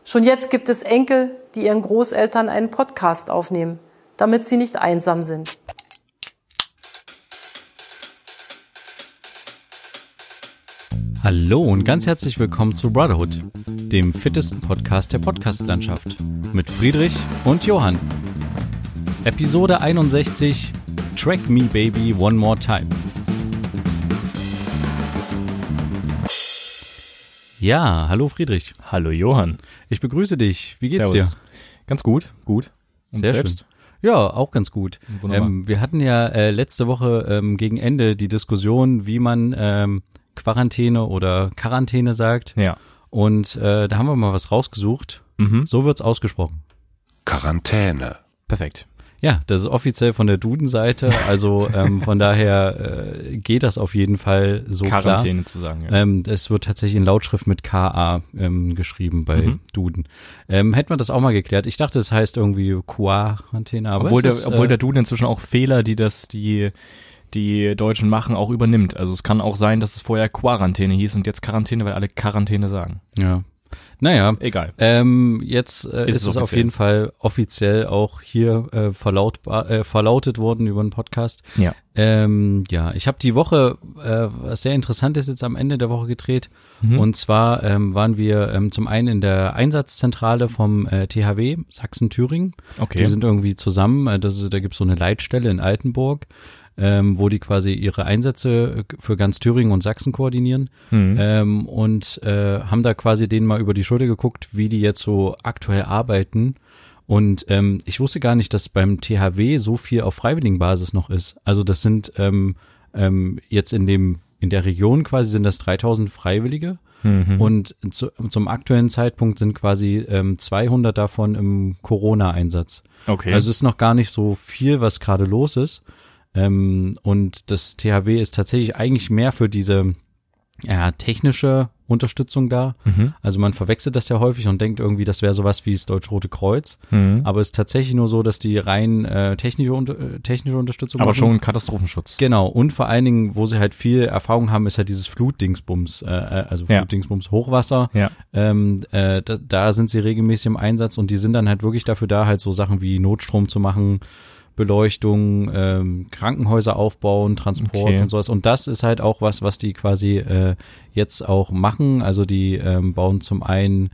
Schon jetzt gibt es Enkel, die ihren Großeltern einen Podcast aufnehmen, damit sie nicht einsam sind. Hallo und ganz herzlich willkommen zu Brotherhood, dem fittesten Podcast der Podcast-Landschaft, mit Friedrich und Johann. Episode 61, Track Me Baby One More Time. Ja, hallo Friedrich. Hallo Johann. Ich begrüße dich. Wie geht's Servus. dir? Ganz gut, gut. Und Sehr selbst? schön. Ja, auch ganz gut. Wunderbar. Wir hatten ja letzte Woche gegen Ende die Diskussion, wie man Quarantäne oder Quarantäne sagt. Ja. Und da haben wir mal was rausgesucht. So wird's ausgesprochen. Quarantäne. Perfekt. Ja, das ist offiziell von der Duden-Seite, also von daher geht das auf jeden Fall so Quarantäne klar. zu sagen, ja. Es wird tatsächlich in Lautschrift mit K-A geschrieben bei Duden. Hätten wir das auch mal geklärt. Ich dachte, es heißt irgendwie Quarantäne, aber Obwohl es ist, der Duden inzwischen auch Fehler, die Deutschen machen, auch übernimmt. Also es kann auch sein, dass es vorher Quarantäne hieß und jetzt Quarantäne, weil alle Quarantäne sagen. Ja. Naja, Egal. Jetzt ist es auf jeden Fall offiziell auch hier verlautet worden über den Podcast. Ja. Ja, ich habe die Woche was sehr Interessantes jetzt am Ende der Woche gedreht. Und zwar waren wir zum einen in der Einsatzzentrale vom THW Sachsen-Thüringen. Okay. Die sind irgendwie zusammen. Da gibt's so eine Leitstelle in Altenburg, wo die quasi ihre Einsätze für ganz Thüringen und Sachsen koordinieren und haben da quasi denen mal über die Schulter geguckt, wie die jetzt so aktuell arbeiten. Und ich wusste gar nicht, dass beim THW so viel auf Freiwilligenbasis noch ist. Also das sind jetzt in der Region quasi sind das 3000 Freiwillige. Und zum aktuellen Zeitpunkt sind quasi 200 davon im Corona-Einsatz. Okay. Also es ist noch gar nicht so viel, was gerade los ist. Und das THW ist tatsächlich eigentlich mehr für diese technische Unterstützung da. Also man verwechselt das ja häufig und denkt irgendwie, das wäre sowas wie das Deutsche Rote Kreuz. Aber es ist tatsächlich nur so, dass die rein technische Unterstützung Aber machen. schon Katastrophenschutz. Genau. Und vor allen Dingen, wo sie halt viel Erfahrung haben, ist halt dieses Flutdingsbums, Flutdingsbums Hochwasser. Ja. Da sind sie regelmäßig im Einsatz und die sind dann halt wirklich dafür da, halt so Sachen wie Notstrom zu machen, Beleuchtung, Krankenhäuser aufbauen, Transport und sowas. Und das ist halt auch was die quasi jetzt auch machen. Also die bauen zum einen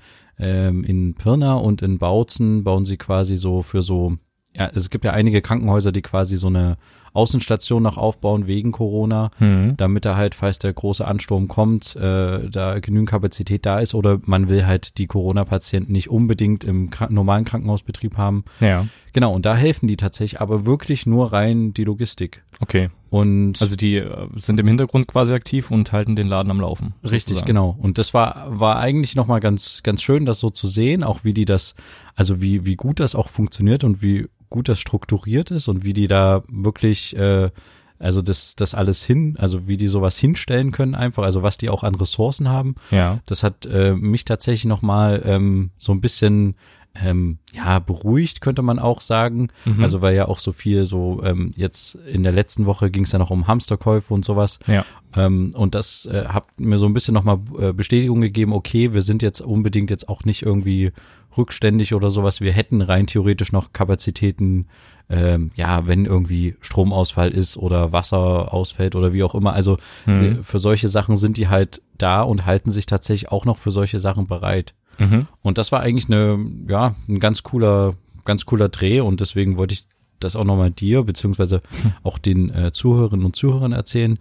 in Pirna und in Bautzen bauen sie quasi so für so, ja, es gibt ja einige Krankenhäuser, die quasi so eine Außenstation noch aufbauen wegen Corona, damit da halt, falls der große Ansturm kommt, da genügend Kapazität da ist oder man will halt die Corona-Patienten nicht unbedingt im normalen Krankenhausbetrieb haben. Ja. Genau, und da helfen die tatsächlich, aber wirklich nur rein die Logistik. Okay. Und Also die sind im Hintergrund quasi aktiv und halten den Laden am Laufen. richtig, sozusagen. genau. Und das war eigentlich nochmal ganz, ganz schön, das so zu sehen, auch wie die das, also wie gut das auch funktioniert und wie gut das strukturiert ist und wie die da wirklich, also das alles also wie die sowas hinstellen können einfach, also was die auch an Ressourcen haben. Ja. Das hat mich tatsächlich nochmal so ein bisschen beruhigt, könnte man auch sagen. Also weil ja auch so viel so, jetzt in der letzten Woche ging es ja noch um Hamsterkäufe und sowas. Ja. Und das hat mir so ein bisschen nochmal Bestätigung gegeben, okay, wir sind jetzt unbedingt jetzt auch nicht irgendwie rückständig oder sowas. Wir hätten rein theoretisch noch Kapazitäten, wenn irgendwie Stromausfall ist oder Wasser ausfällt oder wie auch immer. Also für solche Sachen sind die halt da und halten sich tatsächlich auch noch für solche Sachen bereit. Und das war eigentlich ein ganz cooler Dreh und deswegen wollte ich das auch nochmal dir, beziehungsweise auch den Zuhörerinnen und Zuhörern erzählen,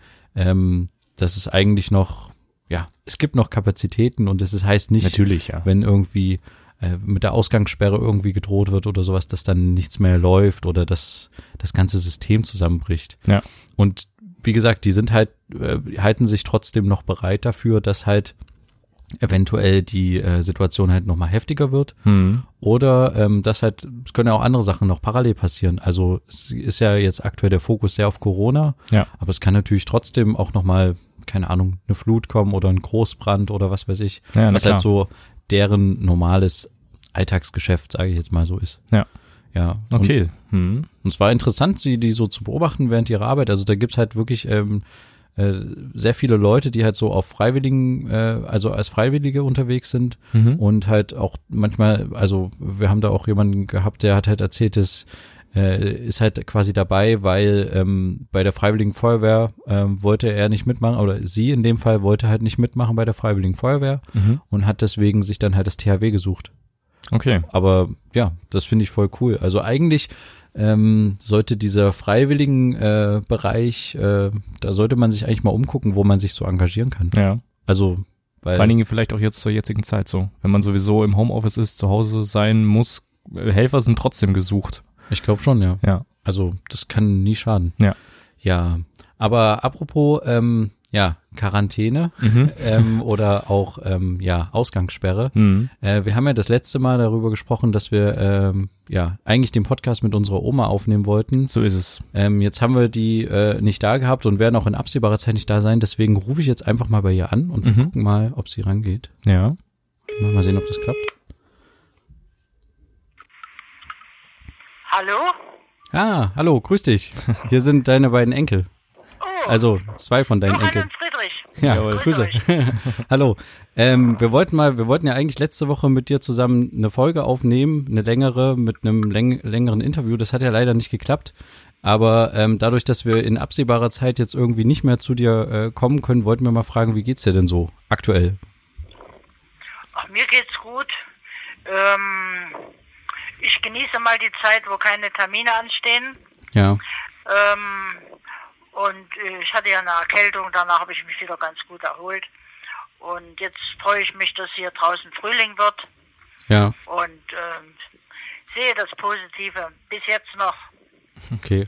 dass es eigentlich noch, es gibt noch Kapazitäten und es heißt nicht, Natürlich, ja. wenn irgendwie mit der Ausgangssperre irgendwie gedroht wird oder sowas, dass dann nichts mehr läuft oder dass das ganze System zusammenbricht. Ja. Und wie gesagt, die sind halt, halten sich trotzdem noch bereit dafür, dass halt eventuell die Situation halt nochmal heftiger wird oder es können ja auch andere Sachen noch parallel passieren. Also es ist ja jetzt aktuell der Fokus sehr auf Corona, aber es kann natürlich trotzdem auch nochmal, keine Ahnung, eine Flut kommen oder ein Großbrand oder was weiß ich, was halt so deren normales Alltagsgeschäft, sage ich jetzt mal so ist. Ja. Okay. Und es war interessant, die so zu beobachten während ihrer Arbeit. Also da gibt's halt wirklich sehr viele Leute, die halt so auf Freiwilligen, also als Freiwillige unterwegs sind und halt auch manchmal, also wir haben da auch jemanden gehabt, der hat halt erzählt, dass ist halt quasi dabei, weil bei der Freiwilligen Feuerwehr wollte er nicht mitmachen, oder sie in dem Fall wollte halt nicht mitmachen bei der Freiwilligen Feuerwehr und hat deswegen sich dann halt das THW gesucht. Okay. Aber ja, das finde ich voll cool. Also eigentlich sollte dieser freiwilligen Bereich, da sollte man sich eigentlich mal umgucken, wo man sich so engagieren kann. Ja. Also, weil Vor allen Dingen vielleicht auch jetzt zur jetzigen Zeit so. Wenn man sowieso im Homeoffice ist, zu Hause sein muss, Helfer sind trotzdem gesucht. ich glaube schon, ja. Ja. Also das kann nie schaden. Ja. Ja, aber apropos Quarantäne oder auch Ausgangssperre. Wir haben ja das letzte Mal darüber gesprochen, dass wir eigentlich den Podcast mit unserer Oma aufnehmen wollten. So ist es. Jetzt haben wir die nicht da gehabt und werden auch in absehbarer Zeit nicht da sein. Deswegen rufe ich jetzt einfach mal bei ihr an und wir gucken mal, ob sie rangeht. Ja. Mal sehen, ob das klappt. Hallo? Ah, hallo, grüß dich. Hier sind deine beiden Enkel. Oh, Also 2 von deinen Johann Enkeln. und Friedrich. Ja, Jawohl. Grüße. Hallo. Wir wollten ja eigentlich letzte Woche mit dir zusammen eine Folge aufnehmen, eine längere, mit einem längeren Interview. Das hat ja leider nicht geklappt. Aber dadurch, dass wir in absehbarer Zeit jetzt irgendwie nicht mehr zu dir kommen können, wollten wir mal fragen, wie geht's dir denn so aktuell? Ach, mir geht's gut. Ich genieße mal die Zeit, wo keine Termine anstehen. Ja. Und ich hatte ja eine Erkältung, danach habe ich mich wieder ganz gut erholt. Und jetzt freue ich mich, dass hier draußen Frühling wird. Ja. Und sehe das Positive bis jetzt noch. Okay.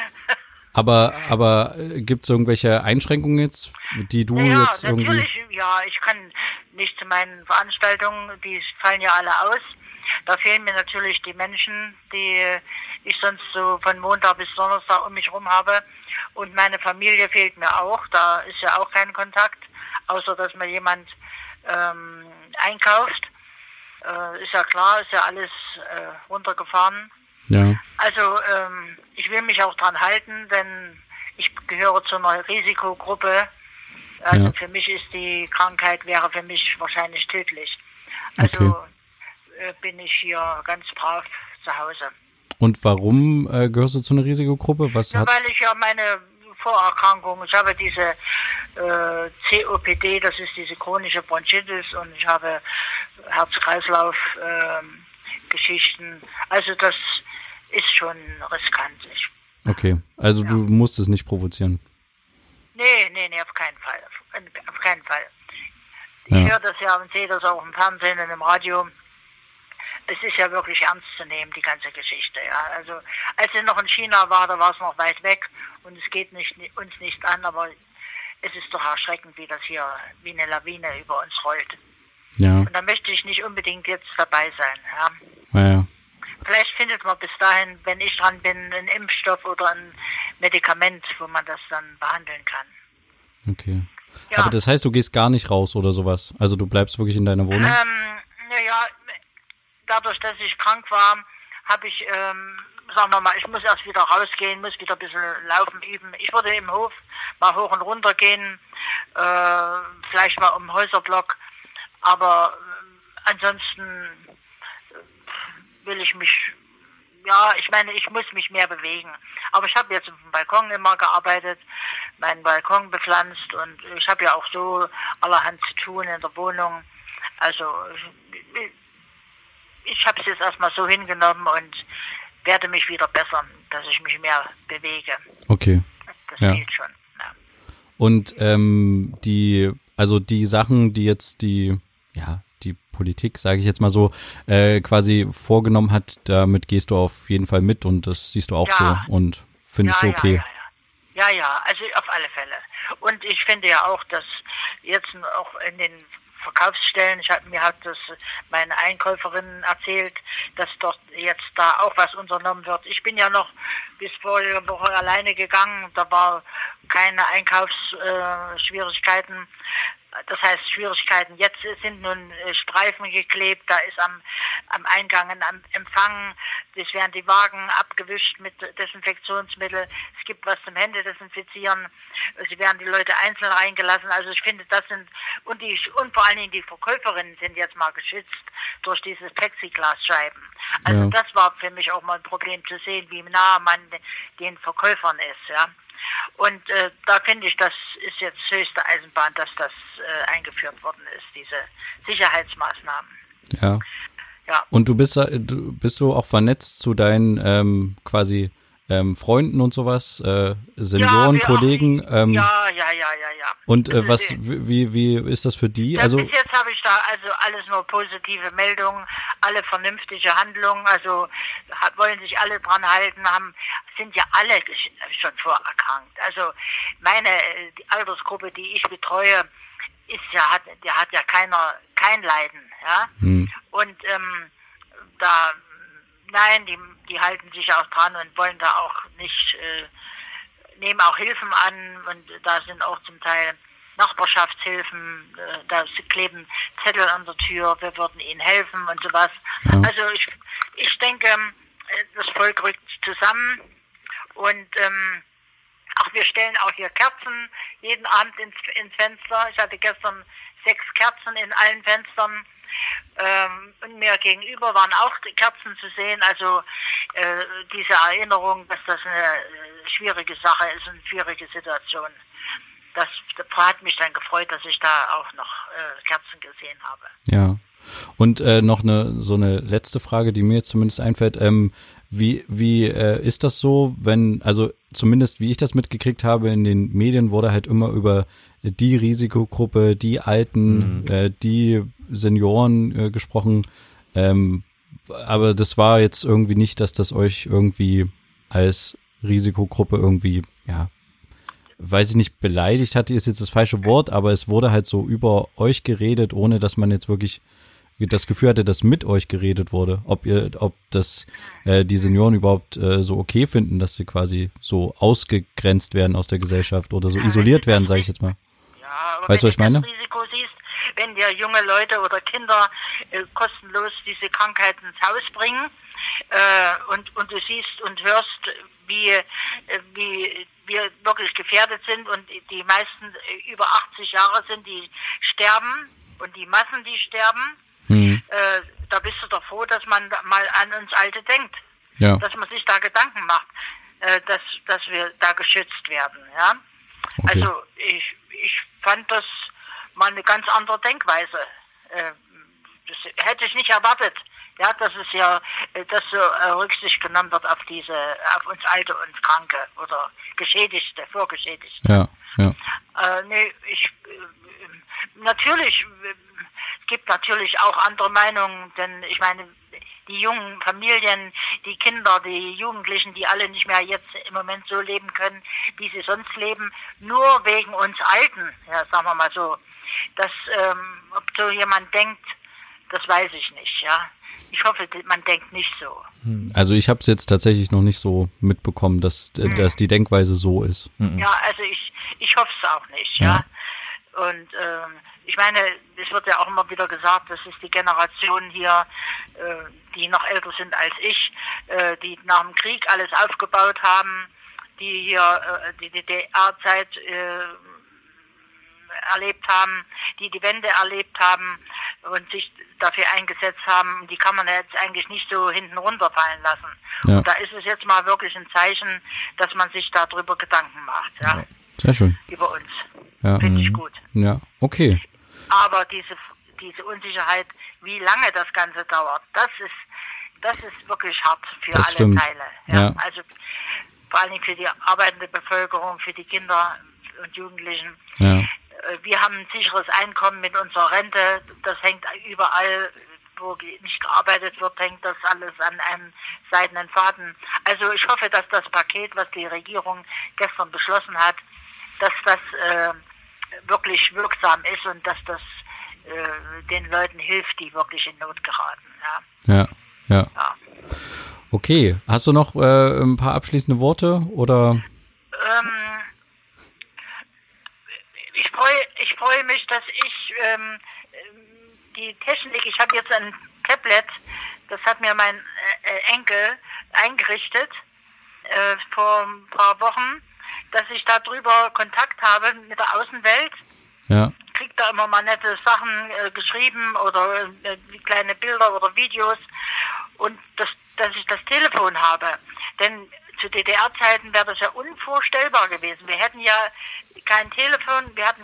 Aber gibt's irgendwelche Einschränkungen jetzt, die du Ja, jetzt irgendwie... natürlich, ja, ich kann nicht zu meinen Veranstaltungen, die fallen ja alle aus. Da fehlen mir natürlich die Menschen, die ich sonst so von Montag bis Donnerstag um mich rum habe. Und meine Familie fehlt mir auch. Da ist ja auch kein Kontakt, außer dass mir jemand einkauft. Ist ja klar, ist ja alles runtergefahren. Ja. Also ich will mich auch dran halten, denn ich gehöre zu einer Risikogruppe. Also Ja. für mich ist die Krankheit, wäre für mich wahrscheinlich tödlich. Also bin ich hier ganz brav zu Hause. Und warum gehörst du zu einer Risikogruppe? Was Ja, hat... weil ich ja meine Vorerkrankung, ich habe diese COPD, das ist diese chronische Bronchitis, und ich habe Herz-Kreislauf-Geschichten. Also das ist schon riskant. Okay, also du musst es nicht provozieren. Nee, auf keinen Fall. Auf keinen Fall. Ja. Ich höre das ja und sehe das auch im Fernsehen und im Radio. Es ist ja wirklich ernst zu nehmen, die ganze Geschichte. Ja. Also als ich noch in China war, da war es noch weit weg und es geht uns nicht an, aber es ist doch erschreckend, wie das hier wie eine Lawine über uns rollt. Ja, Und da möchte ich nicht unbedingt jetzt dabei sein. Ja. ja. Vielleicht findet man bis dahin, wenn ich dran bin, einen Impfstoff oder ein Medikament, wo man das dann behandeln kann. Okay. Ja. Aber das heißt, du gehst gar nicht raus oder sowas? Also du bleibst wirklich in deiner Wohnung? Naja, dadurch, dass ich krank war, habe ich, sagen wir mal, ich muss erst wieder rausgehen, muss wieder ein bisschen laufen üben. Ich würde im Hof mal hoch und runter gehen, vielleicht mal um den Häuserblock, aber ansonsten will ich mich, ja, ich meine, ich muss mich mehr bewegen. Aber ich habe jetzt auf dem Balkon immer gearbeitet, meinen Balkon bepflanzt, und ich habe ja auch so allerhand zu tun in der Wohnung. Also ich habe es jetzt erstmal so hingenommen und werde mich wieder bessern, dass ich mich mehr bewege. Okay. Das Ja. geht schon. Ja. Und die Sachen, die jetzt die Politik, sage ich jetzt mal so, quasi vorgenommen hat, damit gehst du auf jeden Fall mit und das siehst du auch Ja. so und findest du okay. Ja, also auf alle Fälle. Und ich finde ja auch, dass jetzt auch in den Verkaufsstellen, mir hat das meine Einkäuferin erzählt, dass dort jetzt da auch was unternommen wird. Ich bin ja noch bis vorige Woche alleine gegangen, da war keine Einkaufsschwierigkeiten. Das heißt Schwierigkeiten. Jetzt sind nun Streifen geklebt, da ist am Eingang ein Empfang, es werden die Wagen abgewischt mit Desinfektionsmittel, es gibt was zum Hände desinfizieren, sie werden die Leute einzeln reingelassen. Also ich finde, das sind, und vor allen Dingen die Verkäuferinnen sind jetzt mal geschützt durch diese Plexiglasscheiben. Also das war für mich auch mal ein Problem zu sehen, wie nah man den Verkäufern ist, ja. Und da finde ich, das ist jetzt höchste Eisenbahn, dass das eingeführt worden ist, diese Sicherheitsmaßnahmen. Ja. Ja. Und bist du auch vernetzt zu deinen quasi Freunden und sowas, Senioren, ja, Kollegen? Ja. Und wie ist das für die? Ja, Also bis jetzt habe ich da also alles nur positive Meldungen, alle vernünftige Handlungen, also wollen sich alle dran halten, sind ja alle schon vorerkrankt. Also die Altersgruppe, die ich betreue, hat ja kein Leiden, ja. Und die halten sich auch dran und wollen da auch nicht, nehmen auch Hilfen an, und da sind auch zum Teil Nachbarschaftshilfen, da kleben Zettel an der Tür, wir würden ihnen helfen und sowas. Ja. Also ich denke, das Volk rückt zusammen, und wir stellen auch hier Kerzen jeden Abend ins Fenster. Ich hatte gestern 6 Kerzen in allen Fenstern. Und mir gegenüber waren auch Kerzen zu sehen. Also diese Erinnerung, dass das eine schwierige Sache ist, eine schwierige Situation. Das hat mich dann gefreut, dass ich da auch noch Kerzen gesehen habe. Ja. Und noch so eine letzte Frage, die mir jetzt zumindest einfällt. Wie ist das so, also zumindest wie ich das mitgekriegt habe, in den Medien wurde halt immer über die Risikogruppe, die Alten, die Senioren gesprochen. Aber das war jetzt irgendwie nicht, dass das euch irgendwie als Risikogruppe irgendwie, ja, weiß ich nicht, beleidigt hatte, ist jetzt das falsche Wort, aber es wurde halt so über euch geredet, ohne dass man jetzt wirklich das Gefühl hatte, dass mit euch geredet wurde, ob das die Senioren überhaupt so okay finden, dass sie quasi so ausgegrenzt werden aus der Gesellschaft oder so isoliert werden, sage ich jetzt mal. Ja, aber weißt du, was ich meine? Wenn du das Risiko siehst, wenn dir junge Leute oder Kinder kostenlos diese Krankheit ins Haus bringen, und du siehst und hörst, wie wir wirklich gefährdet sind, und die meisten über 80 Jahre sind, die sterben, und die Massen, die sterben, da bist du doch froh, dass man mal an uns Alte denkt. Ja. Dass man sich da Gedanken macht, dass wir da geschützt werden. Ja? Okay. Also ich fand das mal eine ganz andere Denkweise. Das hätte ich nicht erwartet. Ja, dass so Rücksicht genommen wird auf uns Alte und Kranke oder Geschädigte, Vorgeschädigte. Ja. Natürlich, es gibt natürlich auch andere Meinungen, denn ich meine, die jungen Familien, die Kinder, die Jugendlichen, die alle nicht mehr jetzt im Moment so leben können, wie sie sonst leben, nur wegen uns Alten, ja, sagen wir mal so. Ob so jemand denkt, das weiß ich nicht, ja. Ich hoffe, man denkt nicht so. Also ich habe es jetzt tatsächlich noch nicht so mitbekommen, dass die Denkweise so ist. Ja, also ich hoffe es auch nicht, ja. Und ich meine, es wird ja auch immer wieder gesagt, das ist die Generation hier, die noch älter sind als ich, die nach dem Krieg alles aufgebaut haben, die hier die DDR-Zeit erlebt haben, die Wende erlebt haben und sich dafür eingesetzt haben, die kann man jetzt eigentlich nicht so hinten runterfallen lassen. Ja. Und da ist es jetzt mal wirklich ein Zeichen, dass man sich darüber Gedanken macht. Ja. Sehr schön. Über uns. Ja. Finde ich gut. Ja, okay. Aber diese Unsicherheit, wie lange das Ganze dauert, das ist wirklich hart für das alle stimmt. Teile. Ja. Also vor allem für die arbeitende Bevölkerung, für die Kinder und Jugendlichen. Ja. Wir haben ein sicheres Einkommen mit unserer Rente. Das hängt überall, wo nicht gearbeitet wird, hängt das alles an einem seidenen Faden. Also ich hoffe, dass das Paket, was die Regierung gestern beschlossen hat, dass das wirklich wirksam ist und dass das den Leuten hilft, die wirklich in Not geraten. Ja. Okay, hast du noch ein paar abschließende Worte oder? Ich freue freue mich, dass ich die Technik, ich habe jetzt ein Tablet, das hat mir mein Enkel eingerichtet vor ein paar Wochen, dass ich darüber Kontakt habe mit der Außenwelt. Ja. Kriegt da immer mal nette Sachen geschrieben oder kleine Bilder oder Videos und dass ich das Telefon habe. Denn zu DDR-Zeiten wäre das ja unvorstellbar gewesen. Wir hätten ja kein Telefon,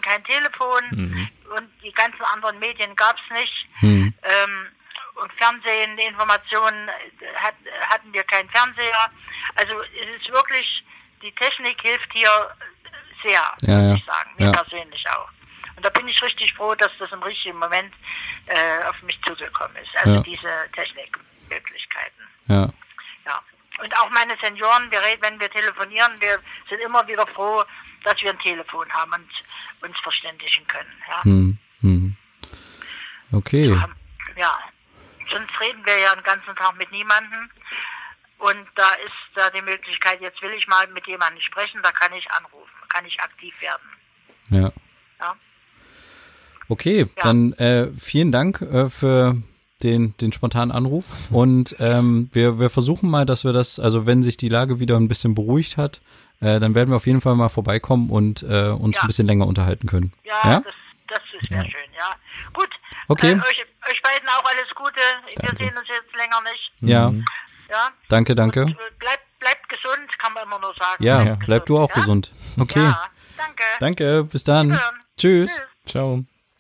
und die ganzen anderen Medien gab es nicht. Und Fernsehen, Informationen hatten wir keinen Fernseher. Also es ist wirklich, die Technik hilft hier sehr, muss ich sagen, mir persönlich auch. Und da bin ich richtig froh, dass das im richtigen Moment auf mich zugekommen ist. Also diese Technikmöglichkeiten. Ja. Ja. Und auch meine Senioren, wenn wir telefonieren, wir sind immer wieder froh, dass wir ein Telefon haben und uns verständigen können. Ja. Okay. Ja. Sonst reden wir ja den ganzen Tag mit niemandem. Und da ist da die Möglichkeit, jetzt will ich mal mit jemandem sprechen, da kann ich anrufen, kann ich aktiv werden. Ja. Ja. Okay, dann vielen Dank für den spontanen Anruf und wir versuchen mal, dass wir das, also wenn sich die Lage wieder ein bisschen beruhigt hat, dann werden wir auf jeden Fall mal vorbeikommen und uns ein bisschen länger unterhalten können. Ja? Das ist sehr schön, ja. Gut, okay. Euch beiden auch alles Gute, wir sehen uns jetzt länger nicht. Ja, ja? Danke. Und, bleibt gesund, kann man immer nur sagen. Ja, bleib du auch gesund. Okay. Ja, danke. Danke, bis dann. Tschüss. Ciao.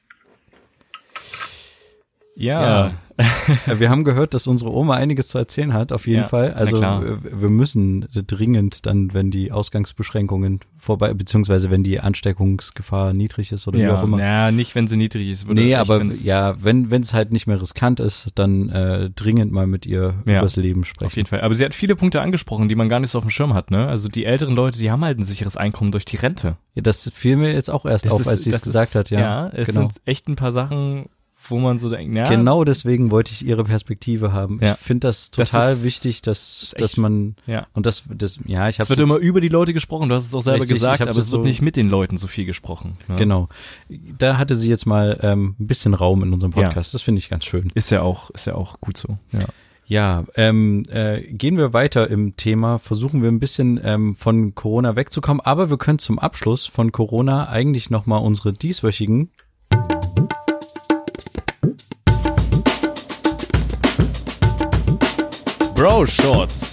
Ja. Wir haben gehört, dass unsere Oma einiges zu erzählen hat, auf jeden Fall. Also wir müssen dringend dann, wenn die Ausgangsbeschränkungen vorbei, beziehungsweise wenn die Ansteckungsgefahr niedrig ist oder wie auch immer. Ja, nicht, wenn sie niedrig ist. Aber wenn es halt nicht mehr riskant ist, dann dringend mal mit ihr übers Leben sprechen. Auf jeden Fall. Aber sie hat viele Punkte angesprochen, die man gar nicht so auf dem Schirm hat, ne? Also die älteren Leute, die haben halt ein sicheres Einkommen durch die Rente. Ja, das fiel mir jetzt auch erst auf, als sie es gesagt hat, ja. Ja, es sind echt ein paar Sachen, wo man so denkt, ja. Genau deswegen wollte ich ihre Perspektive haben. Ja. Ich finde das total wichtig, dass man, und das, ich habe es wird immer über die Leute gesprochen, du hast es auch selber gesagt, aber es wird nicht mit den Leuten so viel gesprochen. Ja. Genau. Da hatte sie jetzt mal ein bisschen Raum in unserem Podcast, das finde ich ganz schön. Ist ja auch gut so. Ja, gehen wir weiter im Thema, versuchen wir ein bisschen von Corona wegzukommen, aber wir können zum Abschluss von Corona eigentlich nochmal unsere dieswöchigen Bro-Shorts.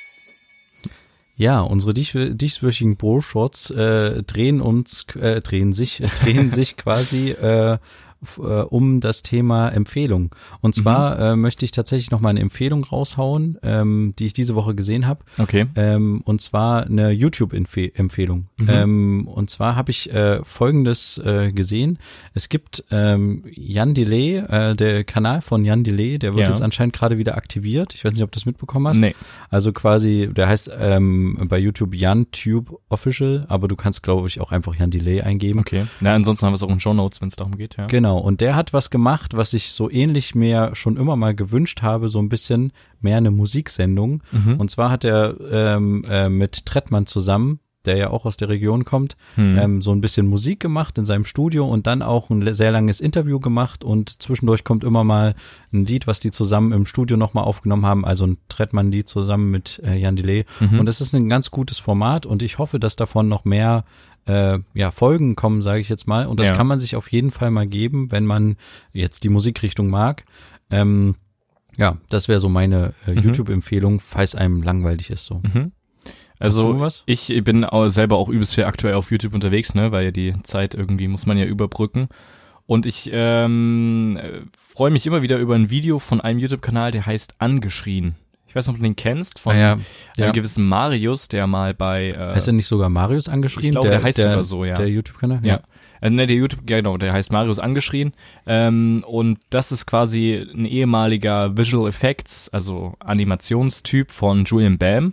Ja, unsere dieswöchigen Bro-Shorts drehen sich quasi um das Thema Empfehlung. Und zwar möchte ich tatsächlich noch mal eine Empfehlung raushauen, die ich diese Woche gesehen habe. Okay. Und zwar eine YouTube-Empfehlung. Und zwar habe ich Folgendes gesehen. Es gibt Jan Delay, der Kanal von Jan Delay, der wird jetzt anscheinend gerade wieder aktiviert. Ich weiß nicht, ob du das mitbekommen hast. Nee. Also quasi, der heißt bei YouTube JanTube Official, aber du kannst, glaube ich, auch einfach Jan Delay eingeben. Okay. Na, ansonsten haben wir es auch in Shownotes, wenn es darum geht, ja. Genau, und der hat was gemacht, was ich so ähnlich mir schon immer mal gewünscht habe, so ein bisschen mehr eine Musiksendung. Und zwar hat er mit Trettmann zusammen, der ja auch aus der Region kommt, so ein bisschen Musik gemacht in seinem Studio und dann auch ein sehr langes Interview gemacht und zwischendurch kommt immer mal ein Lied, was die zusammen im Studio nochmal aufgenommen haben, also ein Trettmann-Lied zusammen mit Jan Delay. Und das ist ein ganz gutes Format und ich hoffe, dass davon noch mehr Folgen kommen, sage ich jetzt mal. Und das kann man sich auf jeden Fall mal geben, wenn man jetzt die Musikrichtung mag. Das wäre so meine YouTube-Empfehlung, falls einem langweilig ist. So. Also ich bin selber auch übelst viel aktuell auf YouTube unterwegs, ne, weil ja die Zeit irgendwie muss man ja überbrücken. Und ich freue mich immer wieder über ein Video von einem YouTube-Kanal, der heißt Angeschrien. Ich weiß nicht, ob du den kennst, von einem gewissen Marius, der mal bei heißt er nicht sogar Marius Angeschrien? Ich glaube, der heißt sogar so, ja. Der YouTube-Kanal? Ja. Der heißt Marius Angeschrien. Und das ist quasi ein ehemaliger Visual Effects, also Animationstyp von Julian Bam,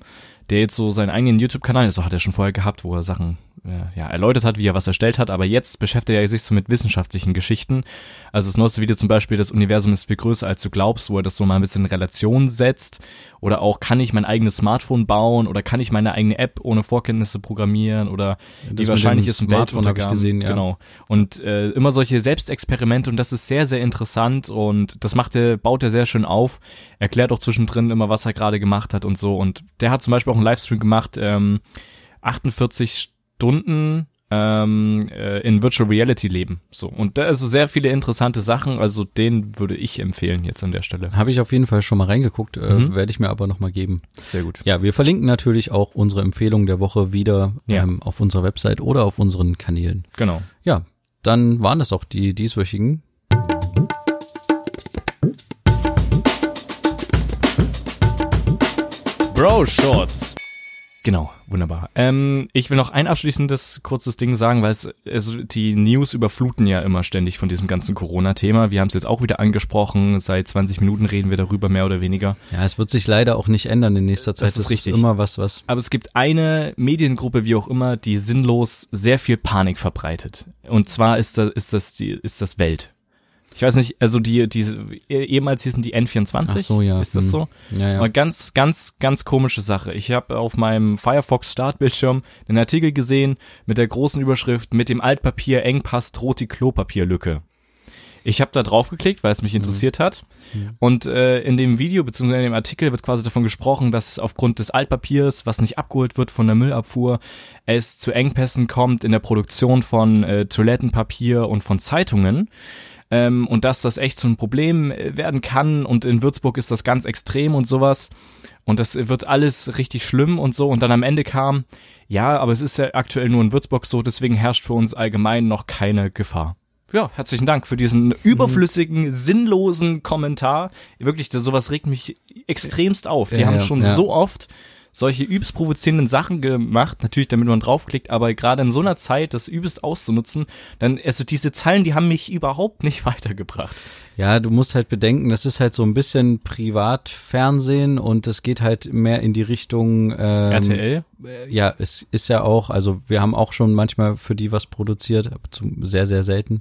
der jetzt so seinen eigenen YouTube-Kanal, das hat er schon vorher gehabt, wo er Sachen erläutert hat, wie er was erstellt hat, aber jetzt beschäftigt er sich so mit wissenschaftlichen Geschichten. Also das neueste Video zum Beispiel, das Universum ist viel größer als du glaubst, wo er das so mal ein bisschen in Relation setzt. Oder auch, kann ich mein eigenes Smartphone bauen oder kann ich meine eigene App ohne Vorkenntnisse programmieren oder wie wahrscheinlich ist ein Weltuntergang. Gesehen, ja. Genau. Und immer solche Selbstexperimente und das ist sehr, sehr interessant und das baut er sehr schön auf. Erklärt auch zwischendrin immer, was er gerade gemacht hat und so. Und der hat zum Beispiel auch einen Livestream gemacht, 48 Stunden in Virtual Reality leben. So. Und da ist so sehr viele interessante Sachen, also den würde ich empfehlen jetzt an der Stelle. Habe ich auf jeden Fall schon mal reingeguckt, werde ich mir aber nochmal geben. Sehr gut. Ja, wir verlinken natürlich auch unsere Empfehlung der Woche wieder auf unserer Website oder auf unseren Kanälen. Genau. Ja, dann waren das auch die dieswöchigen. Bro Shorts. Genau, wunderbar. Ich will noch ein abschließendes kurzes Ding sagen, weil die News überfluten ja immer ständig von diesem ganzen Corona-Thema. Wir haben es jetzt auch wieder angesprochen, seit 20 Minuten reden wir darüber, mehr oder weniger. Ja, es wird sich leider auch nicht ändern in nächster Zeit. Das ist richtig. Ist immer was. Aber es gibt eine Mediengruppe, wie auch immer, die sinnlos sehr viel Panik verbreitet. Und zwar ist das Welt. Ich weiß nicht, also ehemals hießen die N24. Ach so, ja. Ist das so? Ja. Aber ganz, ganz, ganz komische Sache. Ich habe auf meinem Firefox Startbildschirm einen Artikel gesehen mit der großen Überschrift: Mit dem Altpapier Engpass droht die Klopapierlücke. Ich habe da drauf geklickt, weil es mich interessiert hat. Und in dem Video bzw. in dem Artikel wird quasi davon gesprochen, dass aufgrund des Altpapiers, was nicht abgeholt wird von der Müllabfuhr, es zu Engpässen kommt in der Produktion von Toilettenpapier und von Zeitungen. Und dass das echt so ein Problem werden kann und in Würzburg ist das ganz extrem und sowas und das wird alles richtig schlimm und so und dann am Ende kam, ja, aber es ist ja aktuell nur in Würzburg so, deswegen herrscht für uns allgemein noch keine Gefahr. Ja, herzlichen Dank für diesen überflüssigen, sinnlosen Kommentar. Wirklich, sowas regt mich extremst auf. Die haben schon so oft solche übelst provozierenden Sachen gemacht, natürlich damit man draufklickt, aber gerade in so einer Zeit, das übelst auszunutzen, dann, also diese Zeilen, die haben mich überhaupt nicht weitergebracht. Ja, du musst halt bedenken, das ist halt so ein bisschen Privatfernsehen und es geht halt mehr in die Richtung RTL? Ja, es ist ja auch, also wir haben auch schon manchmal für die was produziert, sehr, sehr selten.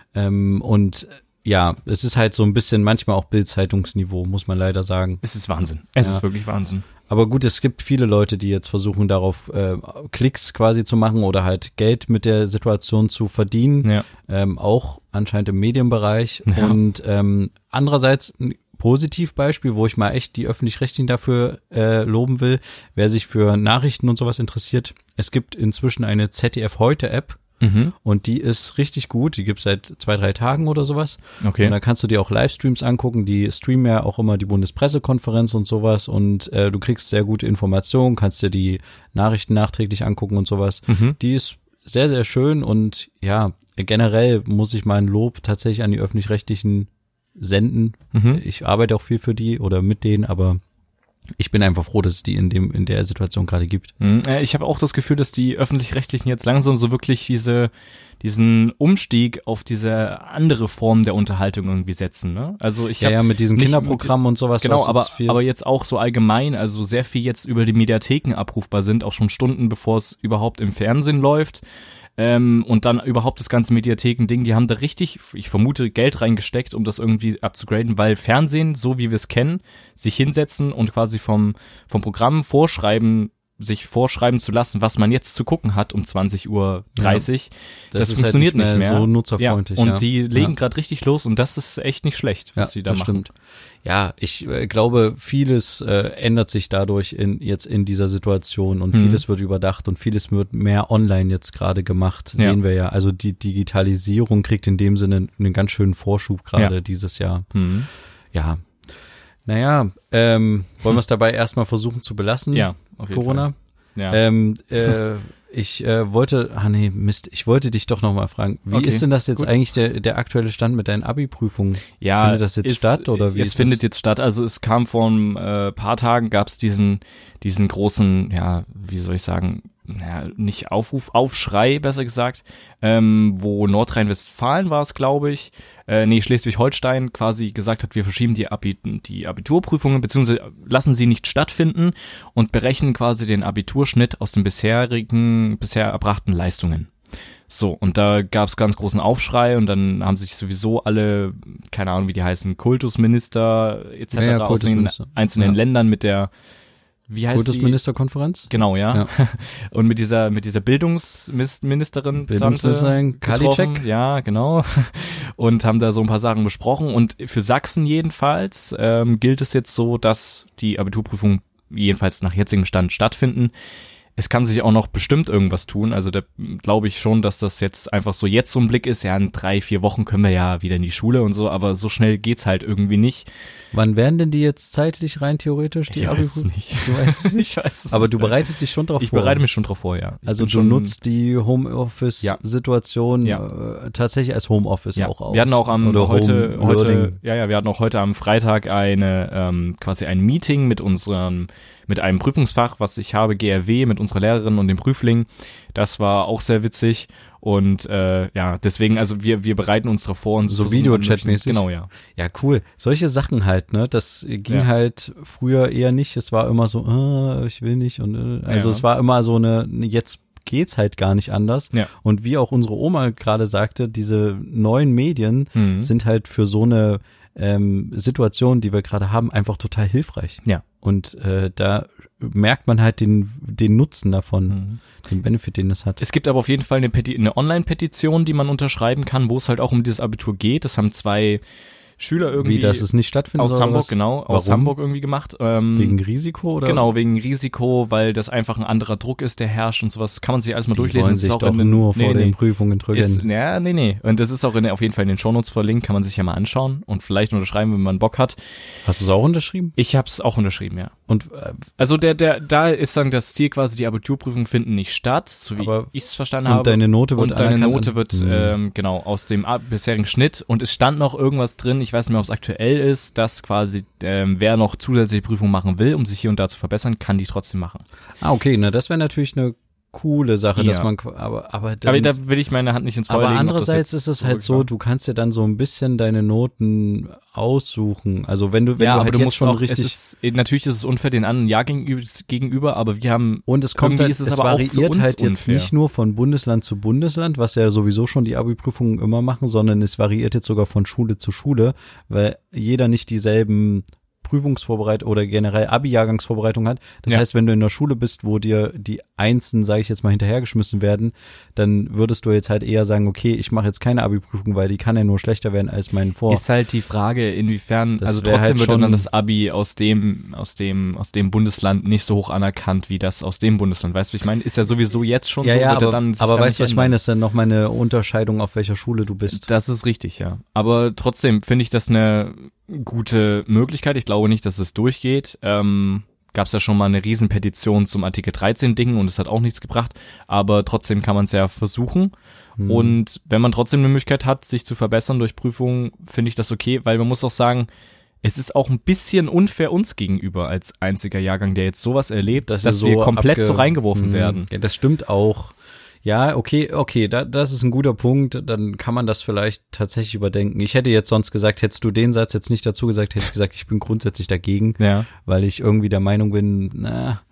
Und ja, es ist halt so ein bisschen manchmal auch Bild-Zeitungsniveau, muss man leider sagen. Es ist Wahnsinn. Es ist wirklich Wahnsinn. Aber gut, es gibt viele Leute, die jetzt versuchen, darauf Klicks quasi zu machen oder halt Geld mit der Situation zu verdienen. Ja. Auch anscheinend im Medienbereich. Ja. Und andererseits ein Positivbeispiel, wo ich mal echt die Öffentlich-Rechtlichen dafür loben will, wer sich für Nachrichten und sowas interessiert. Es gibt inzwischen eine ZDF-Heute-App. Und die ist richtig gut, die gibt's seit 2-3 Tagen oder sowas. Okay. Und da kannst du dir auch Livestreams angucken, die streamen ja auch immer die Bundespressekonferenz und sowas und du kriegst sehr gute Informationen, kannst dir die Nachrichten nachträglich angucken und sowas. Die ist sehr, sehr schön und ja, generell muss ich mein Lob tatsächlich an die Öffentlich-Rechtlichen senden. Ich arbeite auch viel für die oder mit denen, aber ich bin einfach froh, dass es die in der Situation gerade gibt. Ich habe auch das Gefühl, dass die Öffentlich-Rechtlichen jetzt langsam so wirklich diesen Umstieg auf diese andere Form der Unterhaltung irgendwie setzen, ne? Also ich habe mit diesem Kinderprogramm und sowas. Genau, aber jetzt auch so allgemein, also sehr viel jetzt über die Mediatheken abrufbar sind, auch schon Stunden bevor es überhaupt im Fernsehen läuft. Und dann überhaupt das ganze Mediatheken-Ding, die haben da richtig, ich vermute, Geld reingesteckt, um das irgendwie abzugraden, weil Fernsehen, so wie wir es kennen, sich hinsetzen und quasi vom Programm sich vorschreiben zu lassen, was man jetzt zu gucken hat um 20:30 Uhr. Das funktioniert halt nicht mehr. So nutzerfreundlich. Ja. Und die legen gerade richtig los und das ist echt nicht schlecht, was die da machen. Stimmt. Ja, ich glaube, vieles ändert sich dadurch jetzt in dieser Situation und vieles wird überdacht und vieles wird mehr online jetzt gerade gemacht, sehen wir ja. Also die Digitalisierung kriegt in dem Sinne einen ganz schönen Vorschub gerade dieses Jahr. Ja. Naja, wollen wir es dabei erstmal versuchen zu belassen? Ja, auf jeden Fall. Ja. Ich wollte dich doch nochmal fragen, wie ist denn das jetzt eigentlich der aktuelle Stand mit deinen Abi-Prüfungen? Ja, findet das jetzt statt oder wie? Es findet jetzt statt, also es kam vor ein paar Tagen, gab es diesen großen, ja, wie soll ich sagen, Aufschrei, besser gesagt, wo Nordrhein-Westfalen war es, glaube ich, Schleswig-Holstein quasi gesagt hat, wir verschieben die Abiturprüfungen, beziehungsweise lassen sie nicht stattfinden und berechnen quasi den Abiturschnitt aus den bisher erbrachten Leistungen. So, und da gab es ganz großen Aufschrei und dann haben sich sowieso alle, keine Ahnung, wie die heißen, Kultusminister etc. aus den einzelnen Ländern mit der, wie heißt Kultusministerkonferenz? Genau, ja. Und mit dieser Bildungsministerin Karliczek. Ja, genau. Und haben da so ein paar Sachen besprochen. Und für Sachsen jedenfalls gilt es jetzt so, dass die Abiturprüfungen jedenfalls nach jetzigem Stand stattfinden. Es kann sich auch noch bestimmt irgendwas tun, also da glaube ich schon, dass das jetzt einfach so ein Blick ist, ja in 3-4 Wochen können wir ja wieder in die Schule und so, aber so schnell geht's halt irgendwie nicht. Wann werden denn die jetzt zeitlich rein theoretisch, die Abiturprüfungen? Du weißt es nicht. Ich weiß es aber nicht. Du bereitest dich schon drauf vor? Ich bereite mich schon drauf vor, ja. Also du nutzt die Homeoffice-Situation tatsächlich als Homeoffice auch aus? Wir hatten auch wir hatten auch heute am Freitag quasi ein Meeting mit einem Prüfungsfach, was ich habe, GRW, mit unserer Lehrerin und dem Prüfling. Das war auch sehr witzig und deswegen, also wir bereiten uns darauf vor. Und so Videochat-mäßig? Genau, ja. Ja, cool. Solche Sachen halt, ne, das ging halt früher eher nicht. Es war immer so, ich will nicht und es war immer so jetzt geht's halt gar nicht anders. Ja. Und wie auch unsere Oma gerade sagte, diese neuen Medien sind halt für so eine Situation, die wir gerade haben, einfach total hilfreich. Ja. Und da merkt man halt den Nutzen davon, den Benefit, den es hat. Es gibt aber auf jeden Fall eine Online-Petition, die man unterschreiben kann, wo es halt auch um dieses Abitur geht. Das haben 2 Schüler irgendwie. Wie, dass es nicht stattfindet? Aus Hamburg, genau. Aus Hamburg irgendwie gemacht. Wegen Risiko, oder? Genau, wegen Risiko, weil das einfach ein anderer Druck ist, der herrscht und sowas. Kann man sich alles mal durchlesen. Wollen sich doch nur vor den Prüfungen drücken. Nee. Und das ist auch auf jeden Fall in den Shownotes verlinkt, kann man sich ja mal anschauen und vielleicht unterschreiben, wenn man Bock hat. Hast du es auch unterschrieben? Ich habe es auch unterschrieben, ja. Und also da ist dann das Ziel quasi, die Abiturprüfungen finden nicht statt, so wie ich es verstanden habe. Und deine Note wird genau aus dem bisherigen Schnitt und es stand noch irgendwas drin, ich weiß nicht mehr, ob es aktuell ist, dass quasi wer noch zusätzliche Prüfungen machen will, um sich hier und da zu verbessern, kann die trotzdem machen. Ah, okay, das wäre natürlich eine coole Sache, dass man, aber da will ich meine Hand nicht ins Feuer legen. Aber andererseits ist es halt so, du kannst ja dann so ein bisschen deine Noten aussuchen. Also wenn du halt jetzt schon richtig, natürlich ist es unfair den anderen Jahr gegenüber, aber wir haben und es kommt halt, es variiert halt jetzt nicht nur von Bundesland zu Bundesland, was ja sowieso schon die Abi-Prüfungen immer machen, sondern es variiert jetzt sogar von Schule zu Schule, weil jeder nicht dieselben Prüfungsvorbereitung oder generell Abi-Jahrgangsvorbereitung hat. Das heißt, wenn du in der Schule bist, wo dir die Einsen, sage ich jetzt mal, hinterhergeschmissen werden, dann würdest du jetzt halt eher sagen, okay, ich mache jetzt keine Abi-Prüfung, weil die kann ja nur schlechter werden als mein Vor. Ist halt die Frage, inwiefern, also trotzdem halt wird dann das Abi aus dem Bundesland nicht so hoch anerkannt, wie das aus dem Bundesland. Weißt du, ich meine, ist ja sowieso jetzt schon so. Ja, aber weißt du, was ich meine? Ist dann noch mal eine Unterscheidung, auf welcher Schule du bist. Das ist richtig, ja. Aber trotzdem finde ich das eine gute Möglichkeit. Ich glaube nicht, dass es durchgeht. Gab es ja schon mal eine Riesenpetition zum Artikel 13 Ding und es hat auch nichts gebracht, aber trotzdem kann man es ja versuchen. Und wenn man trotzdem eine Möglichkeit hat, sich zu verbessern durch Prüfungen, finde ich das okay, weil man muss auch sagen, es ist auch ein bisschen unfair uns gegenüber als einziger Jahrgang, der jetzt sowas erlebt, dass wir komplett so reingeworfen werden. Ja, das stimmt auch. Ja, okay, das ist ein guter Punkt, dann kann man das vielleicht tatsächlich überdenken. Ich hätte jetzt sonst gesagt, hättest du den Satz jetzt nicht dazu gesagt, hätte ich gesagt, ich bin grundsätzlich dagegen, weil ich irgendwie der Meinung bin,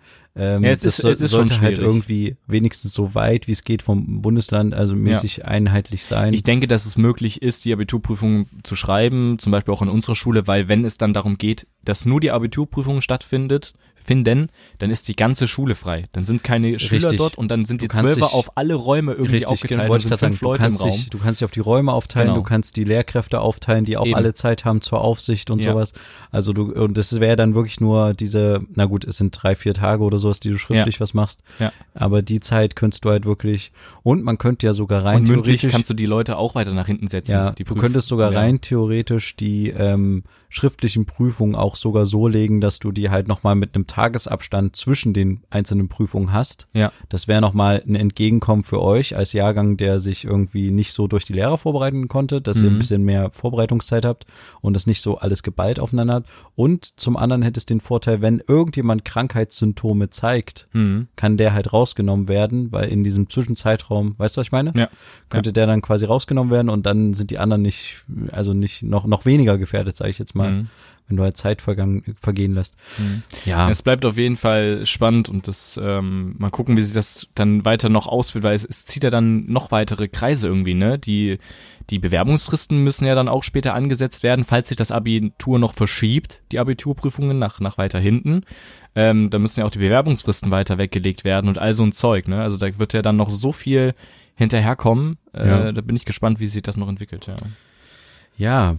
es sollte halt irgendwie wenigstens so weit, wie es geht vom Bundesland, also mäßig einheitlich sein. Ich denke, dass es möglich ist, die Abiturprüfung zu schreiben, zum Beispiel auch in unserer Schule, weil wenn es dann darum geht, dass nur die Abiturprüfung stattfinden, dann ist die ganze Schule frei. Dann sind keine Schüler dort und dann sind die 12er auf alle Räume irgendwie aufgeteilt. Wollte ich gerade sagen, du kannst dich auf die Räume aufteilen, du kannst die Lehrkräfte aufteilen, die auch alle Zeit haben zur Aufsicht und sowas. Also und das wäre dann wirklich nur diese, na gut, es sind 3-4 Tage oder sowas, die du schriftlich was machst. Ja. Aber die Zeit könntest du halt wirklich, und man könnte ja sogar rein und mündlich kannst du die Leute auch weiter nach hinten setzen. Ja, du könntest sogar rein theoretisch die schriftlichen Prüfungen auch sogar so legen, dass du die halt nochmal mit einem Tagesabstand zwischen den einzelnen Prüfungen hast. Ja. Das wäre nochmal ein Entgegenkommen für euch als Jahrgang, der sich irgendwie nicht so durch die Lehrer vorbereiten konnte, dass ihr ein bisschen mehr Vorbereitungszeit habt und das nicht so alles geballt aufeinander habt. Und zum anderen hätte es den Vorteil, wenn irgendjemand Krankheitssymptome zeigt, kann der halt rausgenommen werden, weil in diesem Zwischenzeitraum, weißt du, was ich meine? Ja. Könnte der dann quasi rausgenommen werden und dann sind die anderen nicht noch weniger gefährdet, sage ich jetzt mal, wenn du halt Zeit vergehen lässt. Ja. Es bleibt auf jeden Fall spannend und das mal gucken, wie sich das dann weiter noch auswirkt, weil es zieht ja dann noch weitere Kreise irgendwie, ne? Die Bewerbungsfristen müssen ja dann auch später angesetzt werden, falls sich das Abitur noch verschiebt, die Abiturprüfungen nach weiter hinten. Da müssen ja auch die Bewerbungsfristen weiter weggelegt werden und all so ein Zeug, ne? Also da wird ja dann noch so viel hinterherkommen. Da bin ich gespannt, wie sich das noch entwickelt, ja. Ja,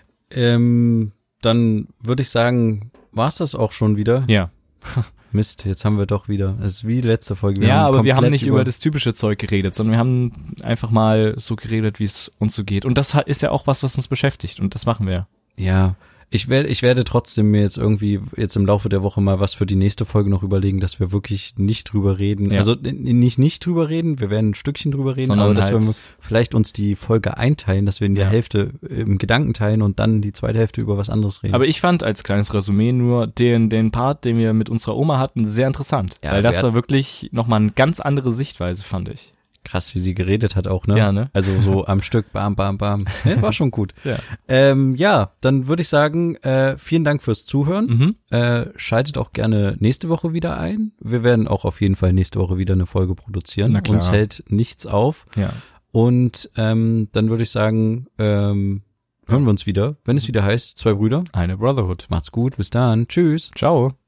dann würde ich sagen, war's das auch schon wieder? Ja. Mist, jetzt haben wir doch wieder, es ist wie die letzte Folge. Aber wir haben nicht über das typische Zeug geredet, sondern wir haben einfach mal so geredet, wie es uns so geht. Und das ist ja auch was uns beschäftigt und das machen wir. Ja, ich werde trotzdem mir jetzt irgendwie im Laufe der Woche mal was für die nächste Folge noch überlegen, dass wir wirklich nicht drüber reden. Ja. Also nicht drüber reden, wir werden ein Stückchen drüber reden, sondern aber dass wir vielleicht uns die Folge einteilen, dass wir in der Hälfte im Gedanken teilen und dann die zweite Hälfte über was anderes reden. Aber ich fand als kleines Resümee nur den Part, den wir mit unserer Oma hatten, sehr interessant. Ja, weil das war wirklich nochmal eine ganz andere Sichtweise, fand ich. Krass, wie sie geredet hat auch, ne? Ja, ne? Also so am Stück, bam, bam, bam. Ja, war schon gut. Ja. Dann würde ich sagen, vielen Dank fürs Zuhören. Schaltet auch gerne nächste Woche wieder ein. Wir werden auch auf jeden Fall nächste Woche wieder eine Folge produzieren. Na klar. Uns hält nichts auf. Ja. Und dann würde ich sagen, hören wir uns wieder, wenn es wieder heißt, 2 Brüder. Eine Brotherhood. Macht's gut, bis dann. Tschüss. Ciao.